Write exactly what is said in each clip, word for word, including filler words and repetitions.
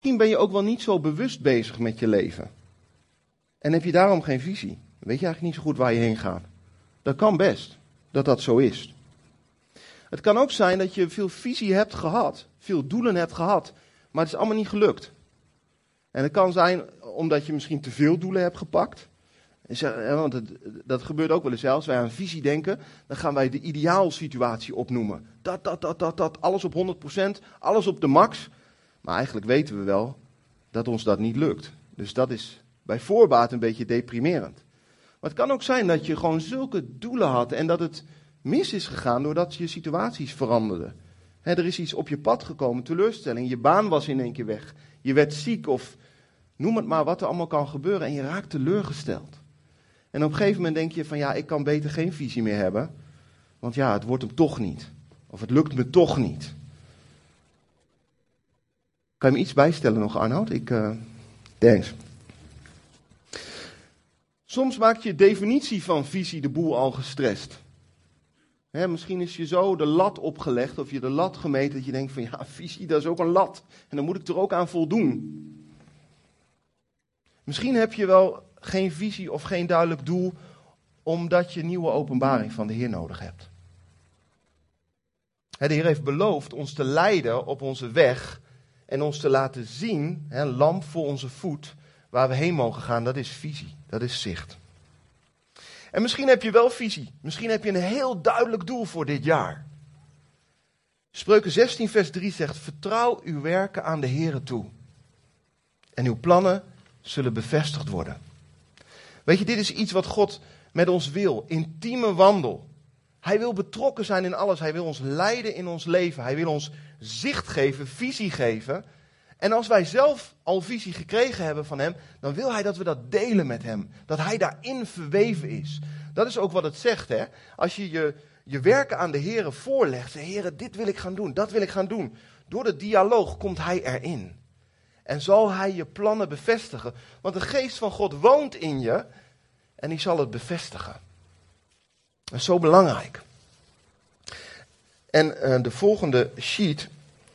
Misschien ben je ook wel niet zo bewust bezig met je leven. En heb je daarom geen visie. Weet je eigenlijk niet zo goed waar je heen gaat. Dat kan best, dat dat zo is. Het kan ook zijn dat je veel visie hebt gehad, veel doelen hebt gehad, maar het is allemaal niet gelukt. En het kan zijn omdat je misschien te veel doelen hebt gepakt. Want het, dat gebeurt ook wel eens. Als wij aan visie denken, dan gaan wij de ideaalsituatie opnoemen. Dat, dat, dat, dat, dat, alles op honderd procent, alles op de max. Maar eigenlijk weten we wel dat ons dat niet lukt. Dus dat is bij voorbaat een beetje deprimerend. Maar het kan ook zijn dat je gewoon zulke doelen had en dat het mis is gegaan doordat je situaties veranderden. He, er is iets op je pad gekomen, teleurstelling, je baan was in één keer weg. Je werd ziek of noem het maar wat er allemaal kan gebeuren en je raakt teleurgesteld. En op een gegeven moment denk je van ja, ik kan beter geen visie meer hebben, want ja, het wordt hem toch niet. Of het lukt me toch niet. Kan je me iets bijstellen nog, Arnoud? Ik, uh, thanks. Soms maakt je definitie van visie de boel al gestrest. He, misschien is je zo de lat opgelegd of je de lat gemeten dat je denkt van ja, visie dat is ook een lat. En dan moet ik er ook aan voldoen. Misschien heb je wel geen visie of geen duidelijk doel omdat je nieuwe openbaring van de Heer nodig hebt. He, de Heer heeft beloofd ons te leiden op onze weg en ons te laten zien, he, een lamp voor onze voet, waar we heen mogen gaan, dat is visie, dat is zicht. En misschien heb je wel visie. Misschien heb je een heel duidelijk doel voor dit jaar. Spreuken zestien vers drie zegt, vertrouw uw werken aan de Heere toe. En uw plannen zullen bevestigd worden. Weet je, dit is iets wat God met ons wil. Intieme wandel. Hij wil betrokken zijn in alles. Hij wil ons leiden in ons leven. Hij wil ons zicht geven, visie geven. En als wij zelf al visie gekregen hebben van hem, dan wil hij dat we dat delen met hem. Dat hij daarin verweven is. Dat is ook wat het zegt, hè. Als je je, je werken aan de Heere voorlegt, zeg, Heere, dit wil ik gaan doen, dat wil ik gaan doen. Door de dialoog komt hij erin. En zal hij je plannen bevestigen. Want de geest van God woont in je en die zal het bevestigen. Dat is zo belangrijk. En uh, de volgende sheet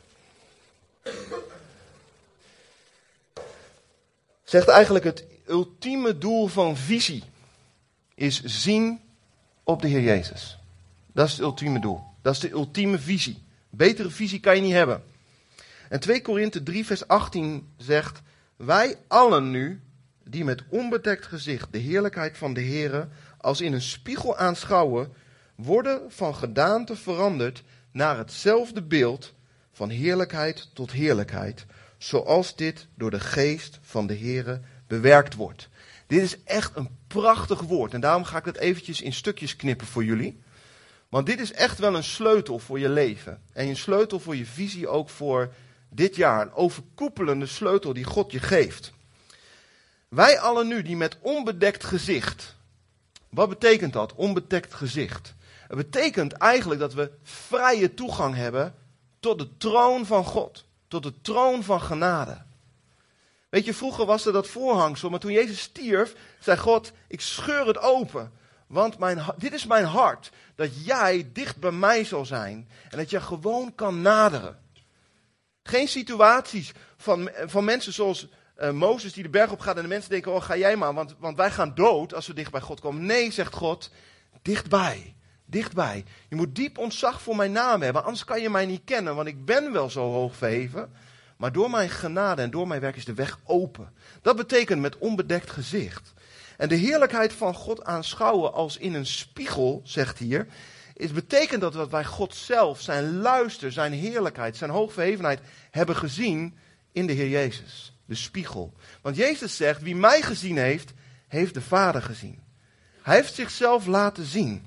zegt eigenlijk het ultieme doel van visie is zien op de Heer Jezus. Dat is het ultieme doel. Dat is de ultieme visie. Betere visie kan je niet hebben. En twee Korinthe drie vers achttien zegt, wij allen nu, die met onbedekt gezicht de heerlijkheid van de Heere als in een spiegel aanschouwen, worden van gedaante veranderd naar hetzelfde beeld van heerlijkheid tot heerlijkheid, zoals dit door de geest van de Heere bewerkt wordt. Dit is echt een prachtig woord en daarom ga ik het eventjes in stukjes knippen voor jullie. Want dit is echt wel een sleutel voor je leven. En een sleutel voor je visie ook voor dit jaar. Een overkoepelende sleutel die God je geeft. Wij allen nu die met onbedekt gezicht. Wat betekent dat, onbedekt gezicht? Het betekent eigenlijk dat we vrije toegang hebben tot de troon van God. Tot de troon van genade. Weet je, vroeger was er dat voorhangsel, maar toen Jezus stierf, zei God, ik scheur het open. Want mijn, dit is mijn hart, dat jij dicht bij mij zal zijn en dat je gewoon kan naderen. Geen situaties van, van mensen zoals uh, Mozes die de berg op gaat en de mensen denken, oh ga jij maar, want, want wij gaan dood als we dicht bij God komen. Nee, zegt God, dichtbij, dichtbij. Je moet diep ontzag voor mijn naam hebben, anders kan je mij niet kennen, want ik ben wel zo hoog verheven. Maar door mijn genade en door mijn werk is de weg open. Dat betekent met onbedekt gezicht. En de heerlijkheid van God aanschouwen als in een spiegel, zegt hier, is betekent dat wij God zelf, zijn luister, zijn heerlijkheid, zijn hoogverhevenheid hebben gezien in de Heer Jezus. De spiegel. Want Jezus zegt, wie mij gezien heeft, heeft de Vader gezien. Hij heeft zichzelf laten zien.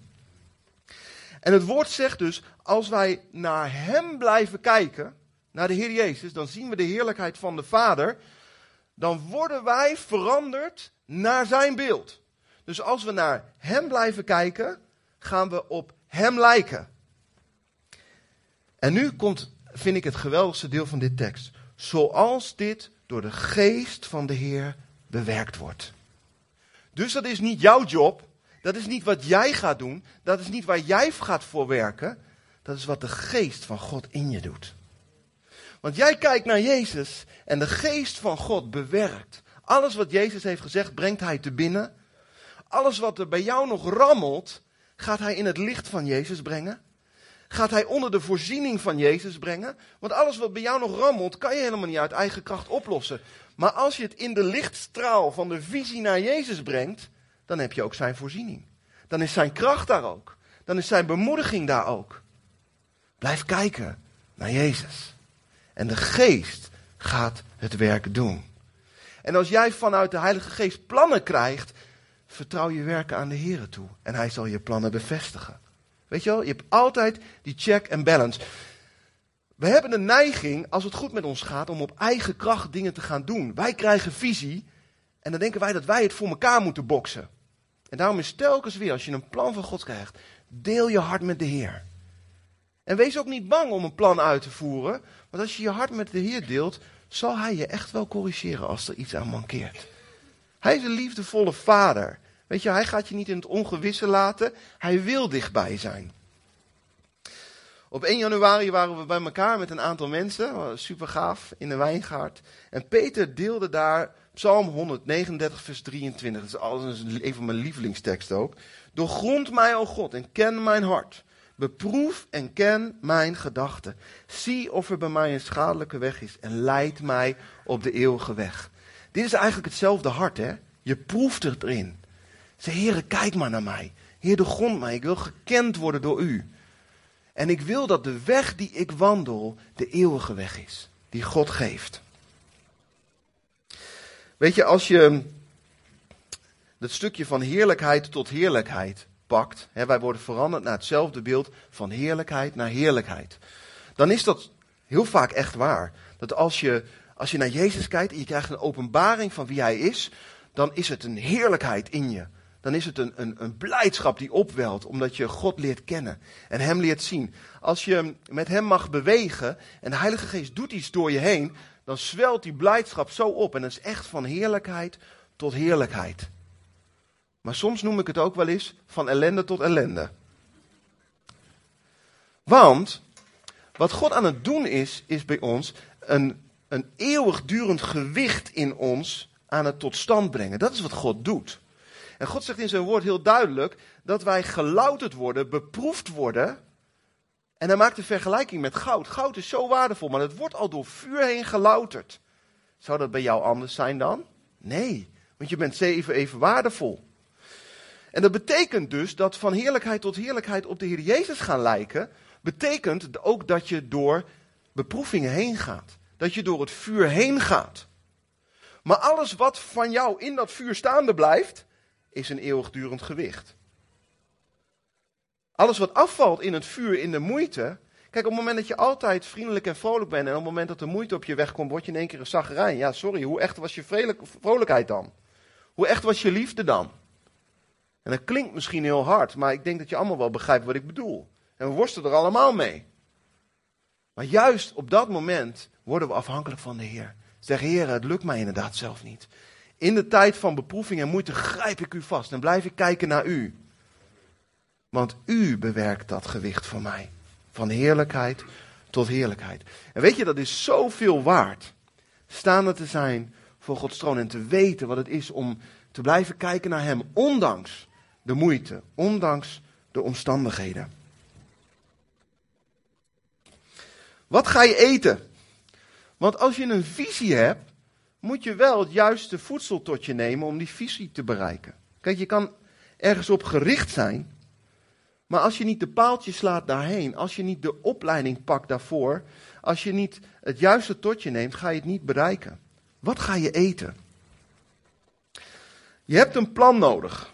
En het woord zegt dus, als wij naar hem blijven kijken, naar de Heer Jezus, dan zien we de heerlijkheid van de Vader. Dan worden wij veranderd naar zijn beeld. Dus als we naar hem blijven kijken, gaan we op hem lijken. En nu komt, vind ik het geweldigste deel van dit tekst. Zoals dit door de geest van de Heer bewerkt wordt. Dus dat is niet jouw job. Dat is niet wat jij gaat doen. Dat is niet waar jij gaat voor werken. Dat is wat de geest van God in je doet. Want jij kijkt naar Jezus en de geest van God bewerkt. Alles wat Jezus heeft gezegd, brengt hij te binnen. Alles wat er bij jou nog rammelt, gaat hij in het licht van Jezus brengen. Gaat hij onder de voorziening van Jezus brengen. Want alles wat bij jou nog rammelt, kan je helemaal niet uit eigen kracht oplossen. Maar als je het in de lichtstraal van de visie naar Jezus brengt, dan heb je ook zijn voorziening. Dan is zijn kracht daar ook. Dan is zijn bemoediging daar ook. Blijf kijken naar Jezus. En de geest gaat het werk doen. En als jij vanuit de Heilige Geest plannen krijgt, vertrouw je werken aan de Here toe. En hij zal je plannen bevestigen. Weet je wel, je hebt altijd die check en balance. We hebben de neiging, als het goed met ons gaat, om op eigen kracht dingen te gaan doen. Wij krijgen visie en dan denken wij dat wij het voor elkaar moeten boksen. En daarom is telkens weer, als je een plan van God krijgt, deel je hart met de Heer. En wees ook niet bang om een plan uit te voeren. Want als je je hart met de Heer deelt, zal hij je echt wel corrigeren als er iets aan mankeert. Hij is een liefdevolle vader. Weet je, hij gaat je niet in het ongewisse laten. Hij wil dichtbij zijn. Op één januari waren we bij elkaar met een aantal mensen. Super gaaf, in de wijngaard. En Peter deelde daar Psalm honderdnegenendertig vers drieëntwintig. Dat is alles een van mijn lievelingsteksten ook. Doorgrond mij, o God, en ken mijn hart. Beproef en ken mijn gedachten. Zie of er bij mij een schadelijke weg is. En leid mij op de eeuwige weg. Dit is eigenlijk hetzelfde hart, hè. Je proeft erin. Zeg, Heere, kijk maar naar mij. Heer, doorgrond mij. Ik wil gekend worden door u. En ik wil dat de weg die ik wandel de eeuwige weg is. Die God geeft. Weet je, als je dat stukje van heerlijkheid tot heerlijkheid pakt. Hè, wij worden veranderd naar hetzelfde beeld van heerlijkheid naar heerlijkheid. Dan is dat heel vaak echt waar. Dat als je, als je naar Jezus kijkt en je krijgt een openbaring van wie hij is. Dan is het een heerlijkheid in je. Dan is het een, een, een blijdschap die opwelt, omdat je God leert kennen en hem leert zien. Als je met hem mag bewegen en de Heilige Geest doet iets door je heen, dan zwelt die blijdschap zo op. En dat is echt van heerlijkheid tot heerlijkheid. Maar soms noem ik het ook wel eens van ellende tot ellende. Want wat God aan het doen is, is bij ons een, een eeuwigdurend gewicht in ons aan het tot stand brengen. Dat is wat God doet. En God zegt in zijn woord heel duidelijk dat wij gelouterd worden, beproefd worden. En hij maakt een vergelijking met goud. Goud is zo waardevol, maar het wordt al door vuur heen gelouterd. Zou dat bij jou anders zijn dan? Nee, want je bent zeven even waardevol. En dat betekent dus dat van heerlijkheid tot heerlijkheid op de Heer Jezus gaan lijken, betekent ook dat je door beproevingen heen gaat. Dat je door het vuur heen gaat. Maar alles wat van jou in dat vuur staande blijft, is een eeuwigdurend gewicht. Alles wat afvalt in het vuur, in de moeite. Kijk, op het moment dat je altijd vriendelijk en vrolijk bent en op het moment dat de moeite op je weg komt, word je in één keer een zagrijn. Ja, sorry, hoe echt was je vrolijkheid dan? Hoe echt was je liefde dan? En dat klinkt misschien heel hard, maar ik denk dat je allemaal wel begrijpt wat ik bedoel. En we worstelen er allemaal mee. Maar juist op dat moment worden we afhankelijk van de Heer. Zeg, Heer, het lukt mij inderdaad zelf niet. In de tijd van beproeving en moeite grijp ik u vast en blijf ik kijken naar u. Want u bewerkt dat gewicht voor mij. Van heerlijkheid tot heerlijkheid. En weet je, dat is zoveel waard. Staande te zijn voor Gods troon en te weten wat het is om te blijven kijken naar hem. Ondanks de moeite, ondanks de omstandigheden. Wat ga je eten? Want als je een visie hebt, moet je wel het juiste voedsel tot je nemen om die visie te bereiken. Kijk, je kan ergens op gericht zijn, maar als je niet de paaltjes slaat daarheen, als je niet de opleiding pakt daarvoor, als je niet het juiste tot je neemt, ga je het niet bereiken. Wat ga je eten? Je hebt een plan nodig.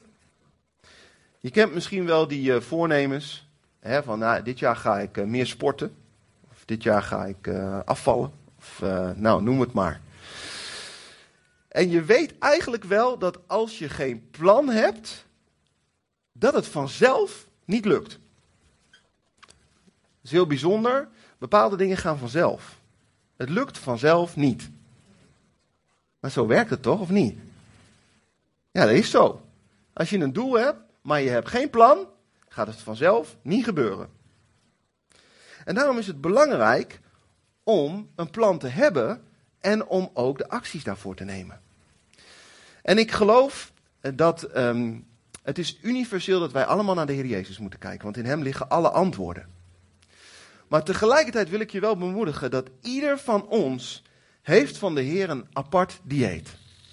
Je kent misschien wel die uh, voornemens, hè, van nou, dit jaar ga ik uh, meer sporten, of dit jaar ga ik uh, afvallen, of uh, nou, noem het maar. En je weet eigenlijk wel dat als je geen plan hebt, dat het vanzelf niet lukt. Dat is heel bijzonder. Bepaalde dingen gaan vanzelf. Het lukt vanzelf niet. Maar zo werkt het toch, of niet? Ja, dat is zo. Als je een doel hebt, maar je hebt geen plan, gaat het vanzelf niet gebeuren. En daarom is het belangrijk om een plan te hebben en om ook de acties daarvoor te nemen. En ik geloof dat um, het is universeel dat wij allemaal naar de Heer Jezus moeten kijken, want in hem liggen alle antwoorden. Maar tegelijkertijd wil ik je wel bemoedigen dat ieder van ons heeft van de Heer een apart dieet.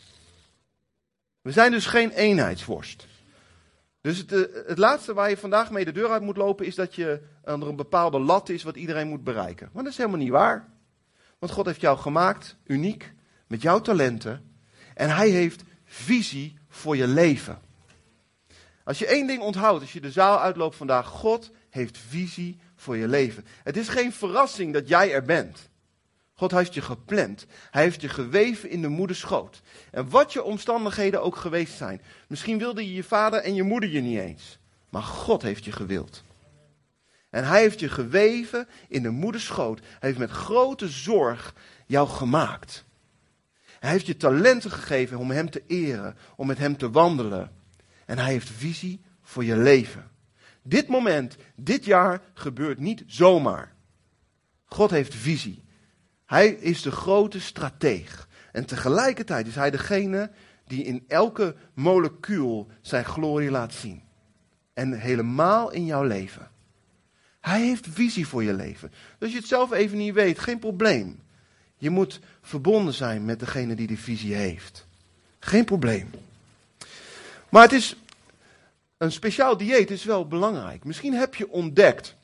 We zijn dus geen eenheidsworst. Dus het, het laatste waar je vandaag mee de deur uit moet lopen is dat je er een bepaalde lat is wat iedereen moet bereiken. Maar dat is helemaal niet waar. Want God heeft jou gemaakt, uniek, met jouw talenten. En hij heeft visie voor je leven. Als je één ding onthoudt, als je de zaal uitloopt vandaag, God heeft visie voor je leven. Het is geen verrassing dat jij er bent. God heeft je gepland. Hij heeft je geweven in de moederschoot. En wat je omstandigheden ook geweest zijn. Misschien wilde je je vader en je moeder je niet eens. Maar God heeft je gewild. En hij heeft je geweven in de moederschoot. Hij heeft met grote zorg jou gemaakt. Hij heeft je talenten gegeven om hem te eren, om met hem te wandelen. En hij heeft visie voor je leven. Dit moment, dit jaar gebeurt niet zomaar. God heeft visie. Hij is de grote strateeg. En tegelijkertijd is hij degene die in elke molecuul zijn glorie laat zien. En helemaal in jouw leven. Hij heeft visie voor je leven. Dus als je het zelf even niet weet, geen probleem. Je moet verbonden zijn met degene die die visie heeft. Geen probleem. Maar het is, een speciaal dieet is wel belangrijk. Misschien heb je ontdekt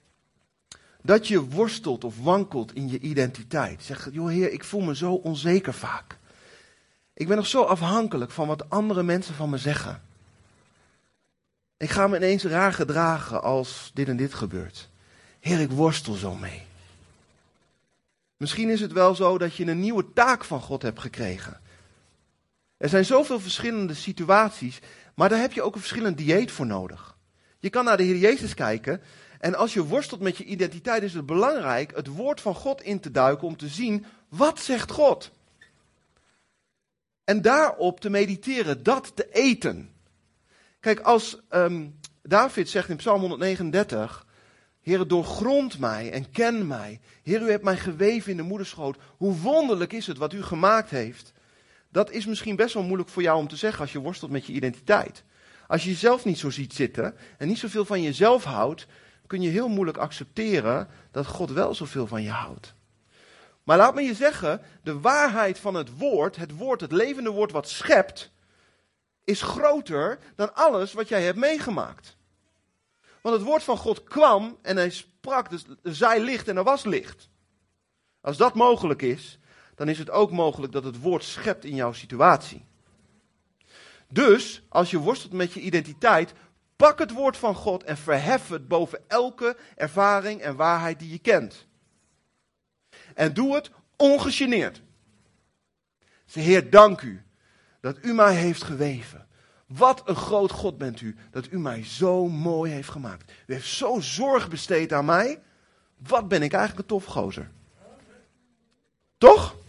dat je worstelt of wankelt in je identiteit. Zeg, joh Heer, ik voel me zo onzeker vaak. Ik ben nog zo afhankelijk van wat andere mensen van me zeggen. Ik ga me ineens raar gedragen als dit en dit gebeurt. Heer, ik worstel zo mee. Misschien is het wel zo dat je een nieuwe taak van God hebt gekregen. Er zijn zoveel verschillende situaties, maar daar heb je ook een verschillend dieet voor nodig. Je kan naar de Heer Jezus kijken en als je worstelt met je identiteit is het belangrijk het woord van God in te duiken om te zien, wat zegt God? En daarop te mediteren, dat te eten. Kijk, als um, David zegt in Psalm honderdnegenendertig, Heer, doorgrond mij en ken mij. Heer, u hebt mij geweven in de moederschoot. Hoe wonderlijk is het wat u gemaakt heeft. Dat is misschien best wel moeilijk voor jou om te zeggen als je worstelt met je identiteit. Als je jezelf niet zo ziet zitten en niet zoveel van jezelf houdt, kun je heel moeilijk accepteren dat God wel zoveel van je houdt. Maar laat me je zeggen, de waarheid van het woord, het woord, het levende woord wat schept, is groter dan alles wat jij hebt meegemaakt. Want het woord van God kwam en hij sprak, dus er zij licht en er was licht. Als dat mogelijk is, dan is het ook mogelijk dat het woord schept in jouw situatie. Dus, als je worstelt met je identiteit, pak het woord van God en verhef het boven elke ervaring en waarheid die je kent. En doe het ongegeneerd. Zeg, Heer, dank u dat u mij heeft geweven. Wat een groot God bent u, dat u mij zo mooi heeft gemaakt. U heeft zo zorg besteed aan mij. Wat ben ik eigenlijk een tof gozer. Toch?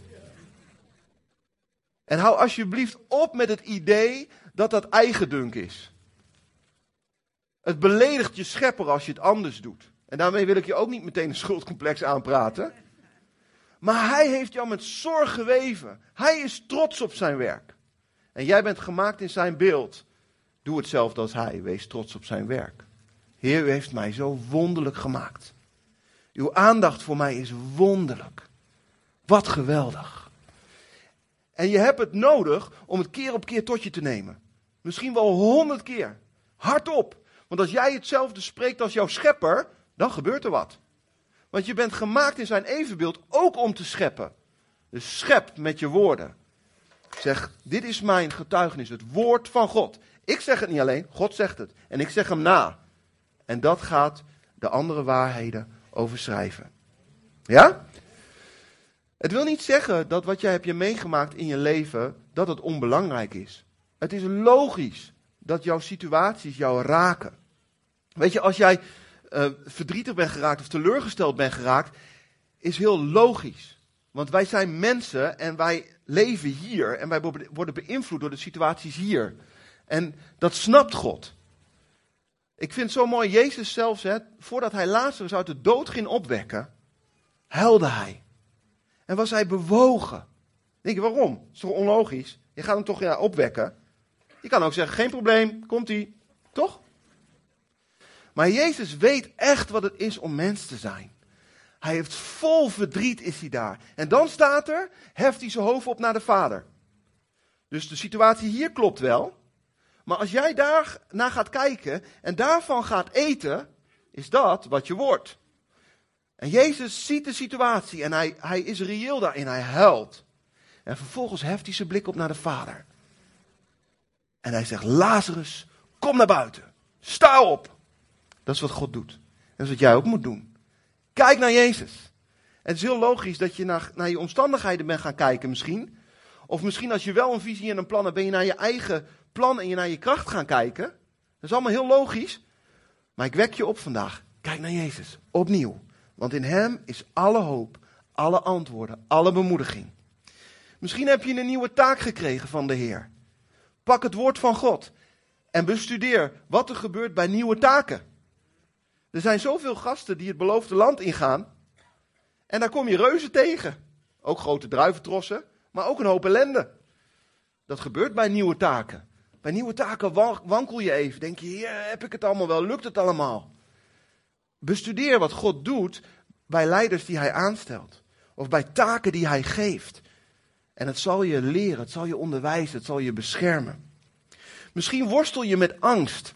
En hou alsjeblieft op met het idee dat dat eigendunk is. Het beledigt je schepper als je het anders doet. En daarmee wil ik je ook niet meteen een schuldcomplex aanpraten. Maar hij heeft jou met zorg geweven. Hij is trots op zijn werk. En jij bent gemaakt in zijn beeld. Doe hetzelfde als hij. Wees trots op zijn werk. Heer, u heeft mij zo wonderlijk gemaakt. Uw aandacht voor mij is wonderlijk. Wat geweldig. En je hebt het nodig om het keer op keer tot je te nemen. Misschien wel honderd keer. Hardop. Want als jij hetzelfde spreekt als jouw schepper, dan gebeurt er wat. Want je bent gemaakt in zijn evenbeeld ook om te scheppen. Dus schep met je woorden. Zeg, dit is mijn getuigenis, het woord van God. Ik zeg het niet alleen, God zegt het. En ik zeg hem na. En dat gaat de andere waarheden overschrijven. Ja? Het wil niet zeggen dat wat jij hebt je meegemaakt in je leven, dat het onbelangrijk is. Het is logisch dat jouw situaties jou raken. Weet je, als jij uh, verdrietig bent geraakt of teleurgesteld bent geraakt, is heel logisch. Want wij zijn mensen en wij leven hier en wij worden beïnvloed door de situaties hier. En dat snapt God. Ik vind het zo mooi, Jezus zelfs, hè, voordat hij Lazarus uit de dood ging opwekken, huilde hij. En was hij bewogen. Denk je, waarom? Dat is toch onlogisch? Je gaat hem toch ja, opwekken? Je kan ook zeggen, geen probleem, komt-ie. Toch? Maar Jezus weet echt wat het is om mens te zijn. Hij heeft vol verdriet is hij daar. En dan staat er, heft hij zijn hoofd op naar de Vader. Dus de situatie hier klopt wel. Maar als jij daar naar gaat kijken en daarvan gaat eten, is dat wat je wordt. En Jezus ziet de situatie en hij, hij is reëel daarin, hij huilt. En vervolgens heft hij zijn blik op naar de Vader. En hij zegt, Lazarus, kom naar buiten. Sta op. Dat is wat God doet. Dat is wat jij ook moet doen. Kijk naar Jezus. Het is heel logisch dat je naar, naar je omstandigheden bent gaan kijken misschien. Of misschien als je wel een visie en een plan hebt, ben je naar je eigen plan en je naar je kracht gaan kijken. Dat is allemaal heel logisch. Maar ik wek je op vandaag. Kijk naar Jezus. Opnieuw. Want in hem is alle hoop, alle antwoorden, alle bemoediging. Misschien heb je een nieuwe taak gekregen van de Heer. Pak het woord van God en bestudeer wat er gebeurt bij nieuwe taken. Er zijn zoveel gasten die het beloofde land ingaan. En daar kom je reuzen tegen. Ook grote druiventrossen, maar ook een hoop ellende. Dat gebeurt bij nieuwe taken. Bij nieuwe taken wankel je even. Denk je, hier heb ik het allemaal wel, lukt het allemaal? Bestudeer wat God doet bij leiders die hij aanstelt. Of bij taken die hij geeft. En het zal je leren, het zal je onderwijzen, het zal je beschermen. Misschien worstel je met angst.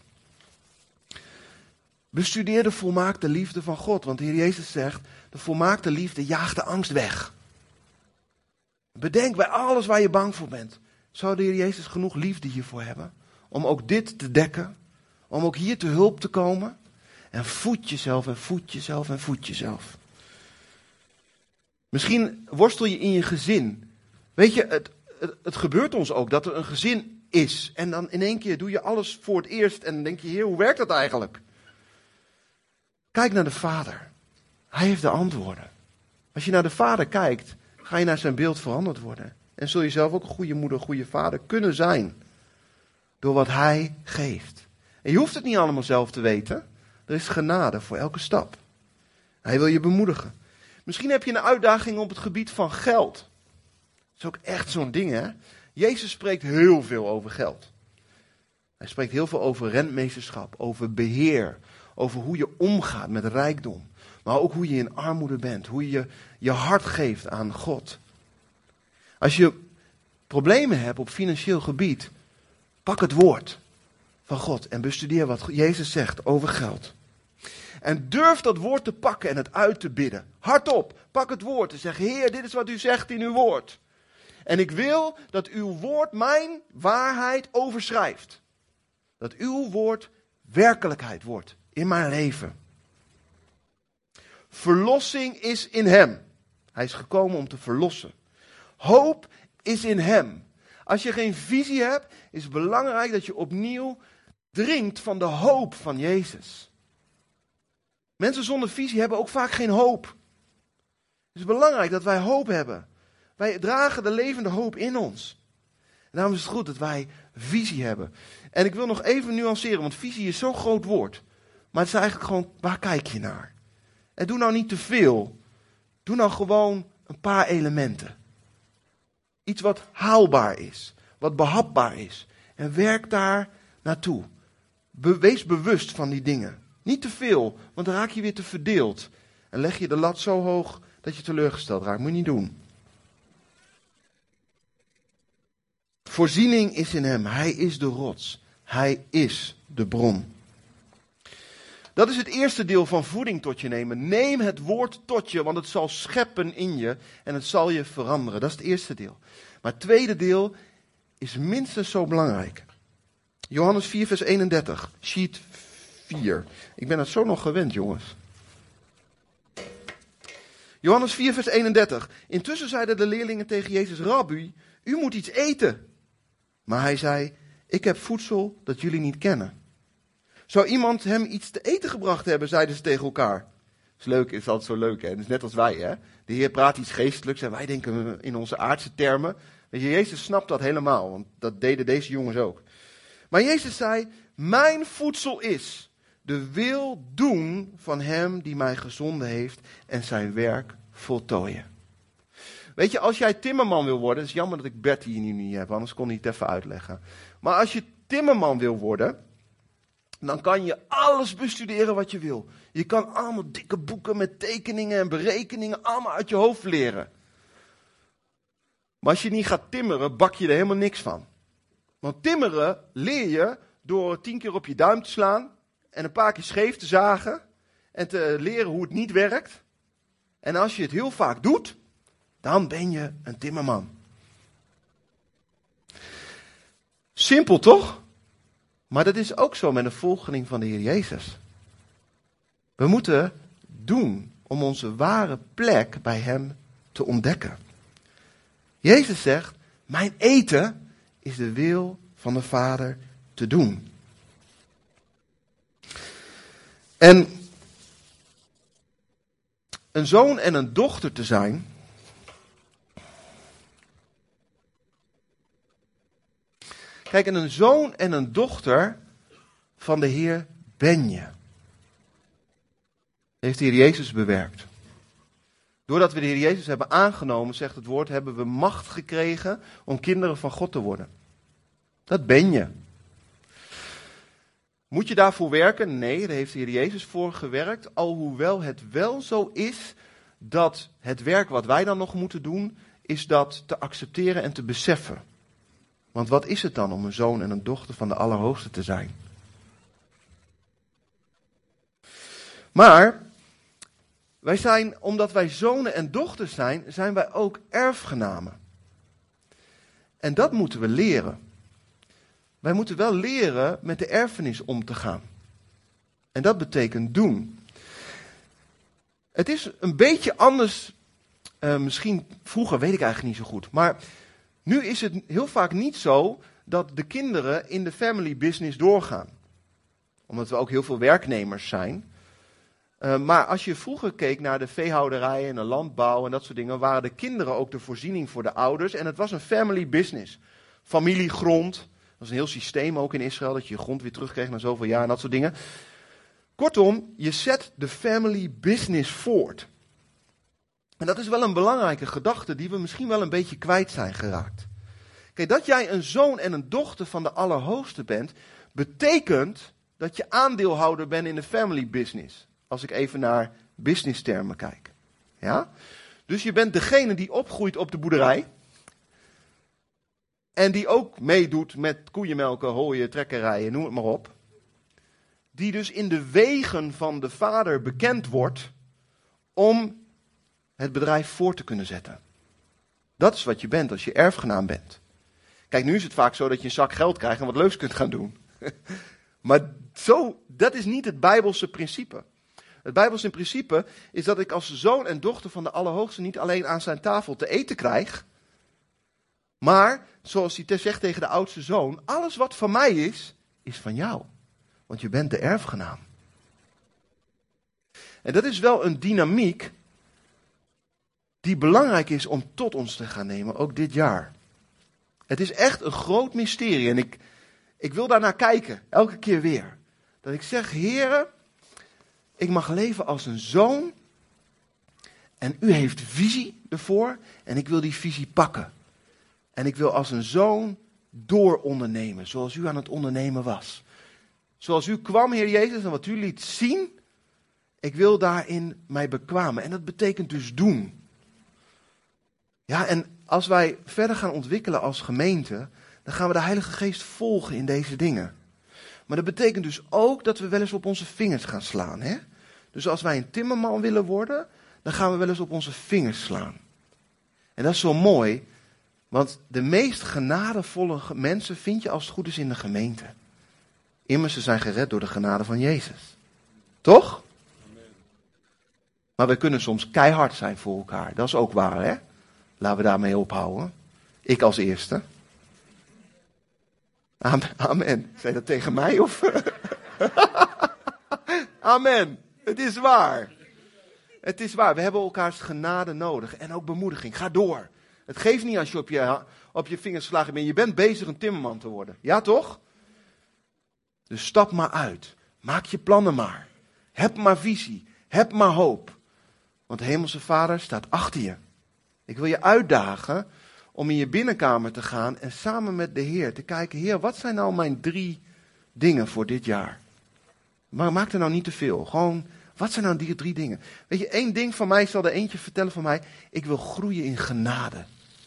Bestudeer de volmaakte liefde van God. Want de Heer Jezus zegt, de volmaakte liefde jaagt de angst weg. Bedenk bij alles waar je bang voor bent. Zou de Heer Jezus genoeg liefde hiervoor hebben? Om ook dit te dekken? Om ook hier te hulp te komen? En voed jezelf en voed jezelf en voed jezelf. Misschien worstel je in je gezin. Weet je, het, het, het gebeurt ons ook dat er een gezin is. En dan in één keer doe je alles voor het eerst. En dan denk je, Heer, hoe werkt dat eigenlijk? Kijk naar de Vader. Hij heeft de antwoorden. Als je naar de Vader kijkt, ga je naar zijn beeld veranderd worden. En zul je zelf ook een goede moeder, een goede vader kunnen zijn. Door wat hij geeft. En je hoeft het niet allemaal zelf te weten. Er is genade voor elke stap. Hij wil je bemoedigen. Misschien heb je een uitdaging op het gebied van geld. Dat is ook echt zo'n ding, hè? Jezus spreekt heel veel over geld. Hij spreekt heel veel over rentmeesterschap, over beheer, over hoe je omgaat met rijkdom. Maar ook hoe je in armoede bent, hoe je je hart geeft aan God. Als je problemen hebt op financieel gebied, pak het woord van God en bestudeer wat Jezus zegt over geld. En durf dat woord te pakken en het uit te bidden. Hardop, pak het woord en zeg, Heer, dit is wat u zegt in uw woord. En ik wil dat uw woord mijn waarheid overschrijft. Dat uw woord werkelijkheid wordt in mijn leven. Verlossing is in hem. Hij is gekomen om te verlossen. Hoop is in hem. Als je geen visie hebt, is het belangrijk dat je opnieuw drinkt van de hoop van Jezus. Mensen zonder visie hebben ook vaak geen hoop. Het is belangrijk dat wij hoop hebben. Wij dragen de levende hoop in ons. En daarom is het goed dat wij visie hebben. En ik wil nog even nuanceren, want visie is zo'n groot woord. Maar het is eigenlijk gewoon, waar kijk je naar? En doe nou niet te veel. Doe nou gewoon een paar elementen. Iets wat haalbaar is, wat behapbaar is. En werk daar naartoe. Be- wees bewust van die dingen. Niet te veel, want dan raak je weer te verdeeld. En leg je de lat zo hoog dat je teleurgesteld raakt. Moet je niet doen. Voorziening is in hem. Hij is de rots. Hij is de bron. Dat is het eerste deel van voeding tot je nemen. Neem het woord tot je, want het zal scheppen in je en het zal je veranderen. Dat is het eerste deel. Maar het tweede deel is minstens zo belangrijk. Johannes vier vers eenendertig. Sheet vier. Ik ben het zo nog gewend, jongens. Johannes vier vers eenendertig. Intussen zeiden de leerlingen tegen Jezus, Rabbi, u moet iets eten. Maar hij zei, ik heb voedsel dat jullie niet kennen. Zou iemand hem iets te eten gebracht hebben, zeiden ze tegen elkaar. Dat is leuk, is altijd zo leuk, hè? Dat is net als wij, hè? De Heer praat iets geestelijks en wij denken in onze aardse termen. Weet je, Jezus snapt dat helemaal, want dat deden deze jongens ook. Maar Jezus zei, mijn voedsel is de wil doen van hem die mij gezonden heeft en zijn werk voltooien. Weet je, als jij timmerman wil worden, het is jammer dat ik Bert hier nu niet heb, anders kon hij het even uitleggen. Maar als je timmerman wil worden, dan kan je alles bestuderen wat je wil. Je kan allemaal dikke boeken met tekeningen en berekeningen allemaal uit je hoofd leren. Maar als je niet gaat timmeren, bak je er helemaal niks van. Want timmeren leer je door tien keer op je duim te slaan en een paar keer scheef te zagen en te leren hoe het niet werkt. En als je het heel vaak doet, dan ben je een timmerman. Simpel toch? Maar dat is ook zo met een volgeling van de Heer Jezus. We moeten doen om onze ware plek bij Hem te ontdekken. Jezus zegt, mijn eten is de wil van de Vader te doen. En een zoon en een dochter te zijn, kijk, en een zoon en een dochter van de Heer ben je. Heeft de Heer Jezus bewerkt. Doordat we de Heer Jezus hebben aangenomen, zegt het woord, hebben we macht gekregen om kinderen van God te worden. Dat ben je. Moet je daarvoor werken? Nee, daar heeft de Heer Jezus voor gewerkt. Alhoewel het wel zo is dat het werk wat wij dan nog moeten doen, is dat te accepteren en te beseffen. Want wat is het dan om een zoon en een dochter van de Allerhoogste te zijn? Maar wij zijn, omdat wij zonen en dochters zijn, zijn wij ook erfgenamen. En dat moeten we leren. Wij moeten wel leren met de erfenis om te gaan. En dat betekent doen. Het is een beetje anders, uh, misschien vroeger weet ik eigenlijk niet zo goed. Maar nu is het heel vaak niet zo dat de kinderen in de family business doorgaan. Omdat we ook heel veel werknemers zijn. Uh, maar als je vroeger keek naar de veehouderijen en de landbouw en dat soort dingen, waren de kinderen ook de voorziening voor de ouders. En het was een family business. Familiegrond. Dat was een heel systeem ook in Israël, dat je je grond weer terugkreeg na zoveel jaar en dat soort dingen. Kortom, je zet de family business voort. En dat is wel een belangrijke gedachte die we misschien wel een beetje kwijt zijn geraakt. Kijk, dat jij een zoon en een dochter van de Allerhoogste bent, betekent dat je aandeelhouder bent in de family business. Als ik even naar business termen kijk. Ja? Dus je bent degene die opgroeit op de boerderij. En die ook meedoet met koeienmelken, hooien, trekkerijen, noem het maar op. Die dus in de wegen van de vader bekend wordt om het bedrijf voor te kunnen zetten. Dat is wat je bent als je erfgenaam bent. Kijk, nu is het vaak zo dat je een zak geld krijgt en wat leuks kunt gaan doen. Maar zo, dat is niet het Bijbelse principe. Het Bijbelse principe is dat ik als zoon en dochter van de Allerhoogste niet alleen aan zijn tafel te eten krijg, maar, zoals hij zegt tegen de oudste zoon, alles wat van mij is, is van jou. Want je bent de erfgenaam. En dat is wel een dynamiek die belangrijk is om tot ons te gaan nemen, ook dit jaar. Het is echt een groot mysterie en ik, ik wil daarnaar kijken, elke keer weer. Dat ik zeg, Heere, ik mag leven als een zoon en u heeft visie ervoor en ik wil die visie pakken. En ik wil als een zoon doorondernemen, zoals u aan het ondernemen was. Zoals u kwam, Heer Jezus, en wat u liet zien, ik wil daarin mij bekwamen. En dat betekent dus doen. Ja, en als wij verder gaan ontwikkelen als gemeente, dan gaan we de Heilige Geest volgen in deze dingen. Maar dat betekent dus ook dat we wel eens op onze vingers gaan slaan. Hè? Dus als wij een timmerman willen worden, dan gaan we wel eens op onze vingers slaan. En dat is zo mooi, want de meest genadevolle mensen vind je als het goed is in de gemeente. Immers, ze zijn gered door de genade van Jezus. Toch? Maar we kunnen soms keihard zijn voor elkaar. Dat is ook waar, hè? Laten we daarmee ophouden. Ik als eerste. Amen. Zei dat tegen mij of? Amen. Het is waar. Het is waar. We hebben elkaars genade nodig. En ook bemoediging. Ga door. Het geeft niet als je op je, op je vingers geslagen bent. Je bent bezig een timmerman te worden. Ja, toch? Dus stap maar uit. Maak je plannen maar. Heb maar visie. Heb maar hoop. Want de Hemelse Vader staat achter je. Ik wil je uitdagen om in je binnenkamer te gaan en samen met de Heer te kijken, Heer, wat zijn nou mijn drie dingen voor dit jaar? Maar maak er nou niet te veel. Gewoon, wat zijn nou die drie dingen? Weet je, één ding van mij, ik zal er eentje vertellen van mij. Ik wil groeien in genade.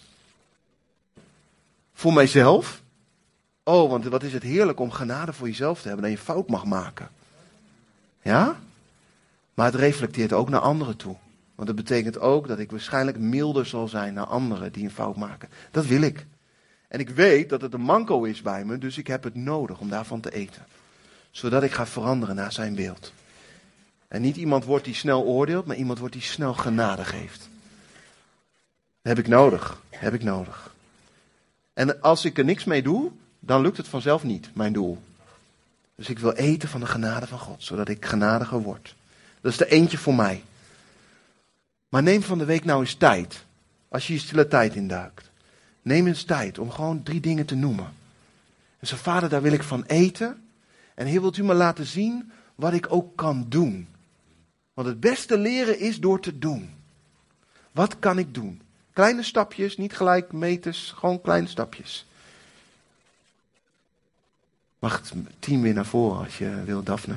Voor mijzelf. Oh, want wat is het heerlijk om genade voor jezelf te hebben, dat je fout mag maken. Ja? Maar het reflecteert ook naar anderen toe. Want dat betekent ook dat ik waarschijnlijk milder zal zijn naar anderen die een fout maken. Dat wil ik. En ik weet dat het een manco is bij me, dus ik heb het nodig om daarvan te eten. Zodat ik ga veranderen naar zijn beeld. En niet iemand wordt die snel oordeelt, maar iemand wordt die snel genade geeft. Dat heb ik nodig. Dat heb ik nodig. En als ik er niks mee doe, dan lukt het vanzelf niet, mijn doel. Dus ik wil eten van de genade van God, zodat ik genadiger word. Dat is er eentje voor mij. Maar neem van de week nou eens tijd, als je je stille tijd induikt. Neem eens tijd om gewoon drie dingen te noemen. En zo, Vader, daar wil ik van eten. En Heer, wilt u me laten zien wat ik ook kan doen. Want het beste leren is door te doen. Wat kan ik doen? Kleine stapjes, niet gelijk meters, gewoon kleine stapjes. Mag het team weer naar voren als je wil, Daphne.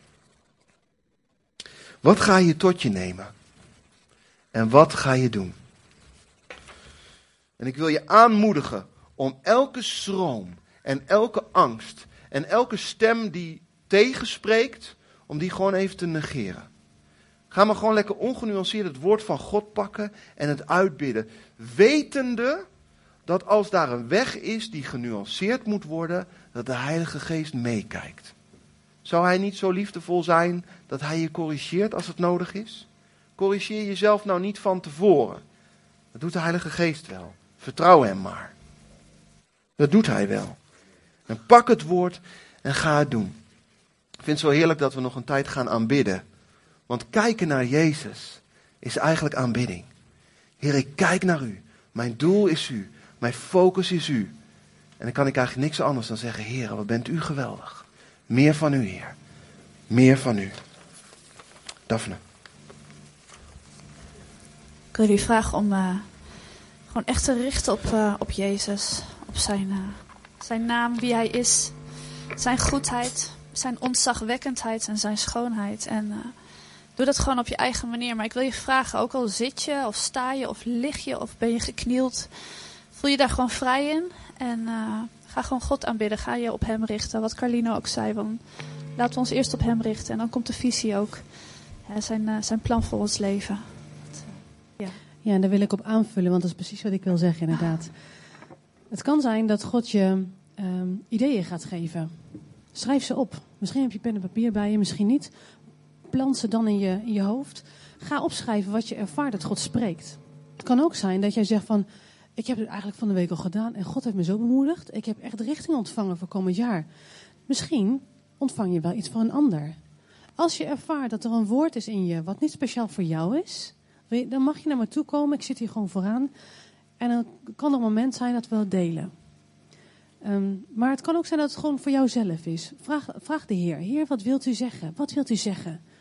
Wat ga je tot je nemen? En wat ga je doen? En ik wil je aanmoedigen om elke schroom en elke angst en elke stem die tegenspreekt, om die gewoon even te negeren. Ga maar gewoon lekker ongenuanceerd het woord van God pakken en het uitbidden. Wetende dat als daar een weg is die genuanceerd moet worden, dat de Heilige Geest meekijkt. Zou hij niet zo liefdevol zijn dat hij je corrigeert als het nodig is? Corrigeer jezelf nou niet van tevoren. Dat doet de Heilige Geest wel. Vertrouw hem maar. Dat doet hij wel. En pak het woord en ga het doen. Ik vind het zo heerlijk dat we nog een tijd gaan aanbidden. Want kijken naar Jezus is eigenlijk aanbidding. Heer, ik kijk naar u. Mijn doel is u. Mijn focus is u. En dan kan ik eigenlijk niks anders dan zeggen, Heer, wat bent u geweldig. Meer van u, Heer. Meer van u. Daphne. Ik wil jullie vragen om uh, gewoon echt te richten op, uh, op Jezus. Op zijn, uh, zijn naam, wie hij is. Zijn goedheid, zijn ontzagwekkendheid en zijn schoonheid. En uh, doe dat gewoon op je eigen manier. Maar ik wil je vragen, ook al zit je of sta je of lig je of ben je geknield. Voel je daar gewoon vrij in. En uh, ga gewoon God aanbidden. Ga je op hem richten. Wat Carlino ook zei. Want laten we ons eerst op hem richten. En dan komt de visie ook. Ja, zijn, uh, zijn plan voor ons leven. Ja. Ja, en daar wil ik op aanvullen, want dat is precies wat ik wil zeggen inderdaad. Het kan zijn dat God je um, ideeën gaat geven. Schrijf ze op. Misschien heb je pen en papier bij je, misschien niet. Plant ze dan in je, in je hoofd. Ga opschrijven wat je ervaart dat God spreekt. Het kan ook zijn dat jij zegt van, ik heb het eigenlijk van de week al gedaan en God heeft me zo bemoedigd. Ik heb echt richting ontvangen voor komend jaar. Misschien ontvang je wel iets van een ander. Als je ervaart dat er een woord is in je wat niet speciaal voor jou is, dan mag je naar me toe komen. Ik zit hier gewoon vooraan. En dan kan er een moment zijn dat we het delen. Um, maar het kan ook zijn dat het gewoon voor jou zelf is. Vraag, vraag de Heer. Heer, wat wilt u zeggen? Wat wilt u zeggen?